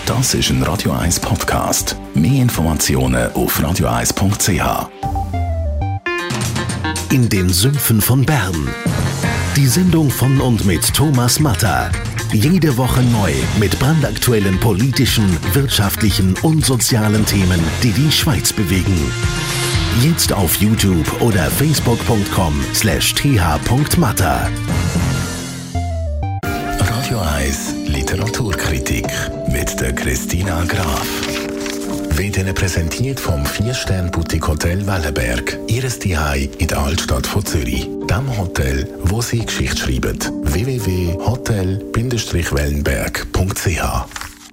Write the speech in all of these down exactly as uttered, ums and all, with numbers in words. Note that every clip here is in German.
Das ist ein Radio eins Podcast. Mehr Informationen auf radio eins punkt c h. In den Sümpfen von Bern. Die Sendung von und mit Thomas Matter. Jede Woche neu mit brandaktuellen politischen, wirtschaftlichen und sozialen Themen, die die Schweiz bewegen. Jetzt auf YouTube oder facebook punkt com slash t h punkt matter. Radio eins Literaturkritik mit der Christina Graf. Wird Ihnen präsentiert vom vier Sterne Boutique Hotel Wellenberg. Ihres Zuhause in der Altstadt von Zürich. Dem Hotel, wo Sie Geschichte schreiben. w w w punkt hotel bindestrich wellenberg punkt c h.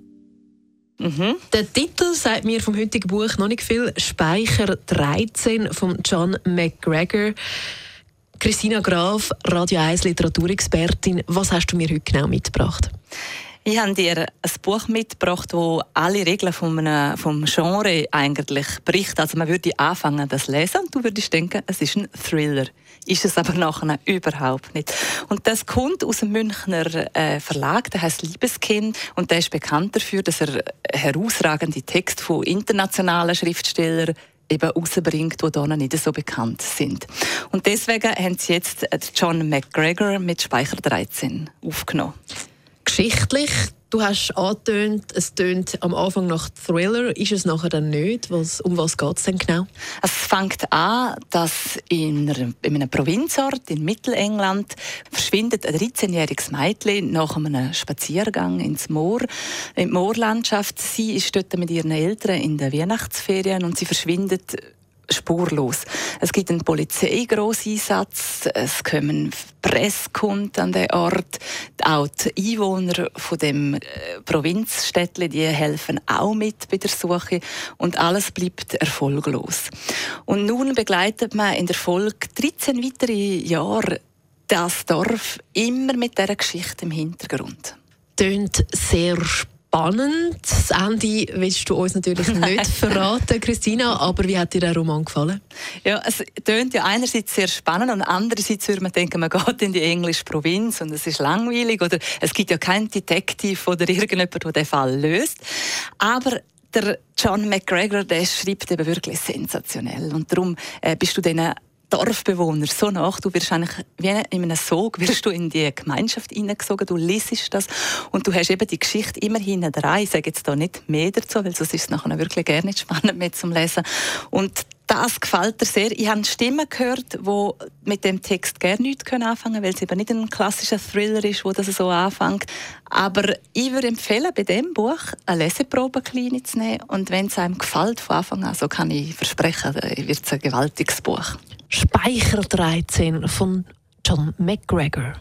Mhm. Der Titel sagt mir vom heutigen Buch noch nicht viel. Speicher dreizehn von John McGregor. Christina Graf, Radio eins Literaturexpertin. Was hast du mir heute genau mitgebracht? Ich habe dir ein Buch mitgebracht, das alle Regeln vom, vom Genre eigentlich bricht. Also man würde anfangen, das lesen und du würdest denken, es ist ein Thriller. Ist es aber nachher überhaupt nicht. Und das kommt aus dem Münchner äh, Verlag, der heißt Liebeskind und der ist bekannt dafür, dass er herausragende Texte von internationalen Schriftstellern eben rausbringt, die hier nicht so bekannt sind. Und deswegen haben sie jetzt John McGregor mit Speicher dreizehn aufgenommen. Geschichtlich, du hast angetönt, es tönt am Anfang nach Thriller, ist es nachher dann nicht? Was, um was geht es denn genau? Es fängt an, dass in, einer, in einem Provinzort in Mittelengland verschwindet ein dreizehnjähriges Mädchen nach einem Spaziergang ins Moor, in die Moorlandschaft. Sie ist dort mit ihren Eltern in den Weihnachtsferien und sie verschwindet spurlos. Es gibt einen Polizeigrosseinsatz, es kommen Pressekunden an den Ort, auch die Einwohner von dem Provinzstädtchen, die helfen auch mit bei der Suche und alles bleibt erfolglos. Und nun begleitet man in der Folge dreizehn weitere Jahre das Dorf immer mit dieser Geschichte im Hintergrund. Tönt sehr spannend. Spannend. Das Ende willst du uns natürlich nicht verraten, Christina, aber wie hat dir der Roman gefallen? Ja, es tönt ja einerseits sehr spannend und andererseits würde man denken, man geht in die englische Provinz und es ist langweilig oder es gibt ja keinen Detektiv oder irgendjemand, der den Fall löst. Aber der John McGregor, der schreibt eben wirklich sensationell und darum äh, bist du diesen Dorfbewohner so nach, du wirst eigentlich wie in einem Sog wirst du in die Gemeinschaft hineingesogen, du liest das und du hast eben die Geschichte immer hinten dran. Ich sage jetzt da nicht mehr dazu, weil sonst ist es nachher wirklich gar nicht spannend mehr zum Lesen. Und das gefällt dir sehr. Ich habe Stimmen gehört, die mit dem Text gerne nichts anfangen können, weil es eben nicht ein klassischer Thriller ist, wo das so anfängt. Aber ich würde empfehlen, bei diesem Buch eine Leseprobe kleine zu nehmen und wenn es einem gefällt von Anfang an, so kann ich versprechen, dann wird es ein gewaltiges Buch. Speicher dreizehn von John McGregor.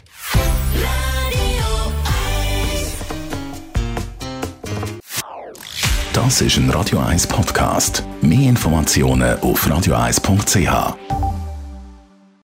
Das ist ein Radio eins Podcast. Mehr Informationen auf radio eins punkt c h.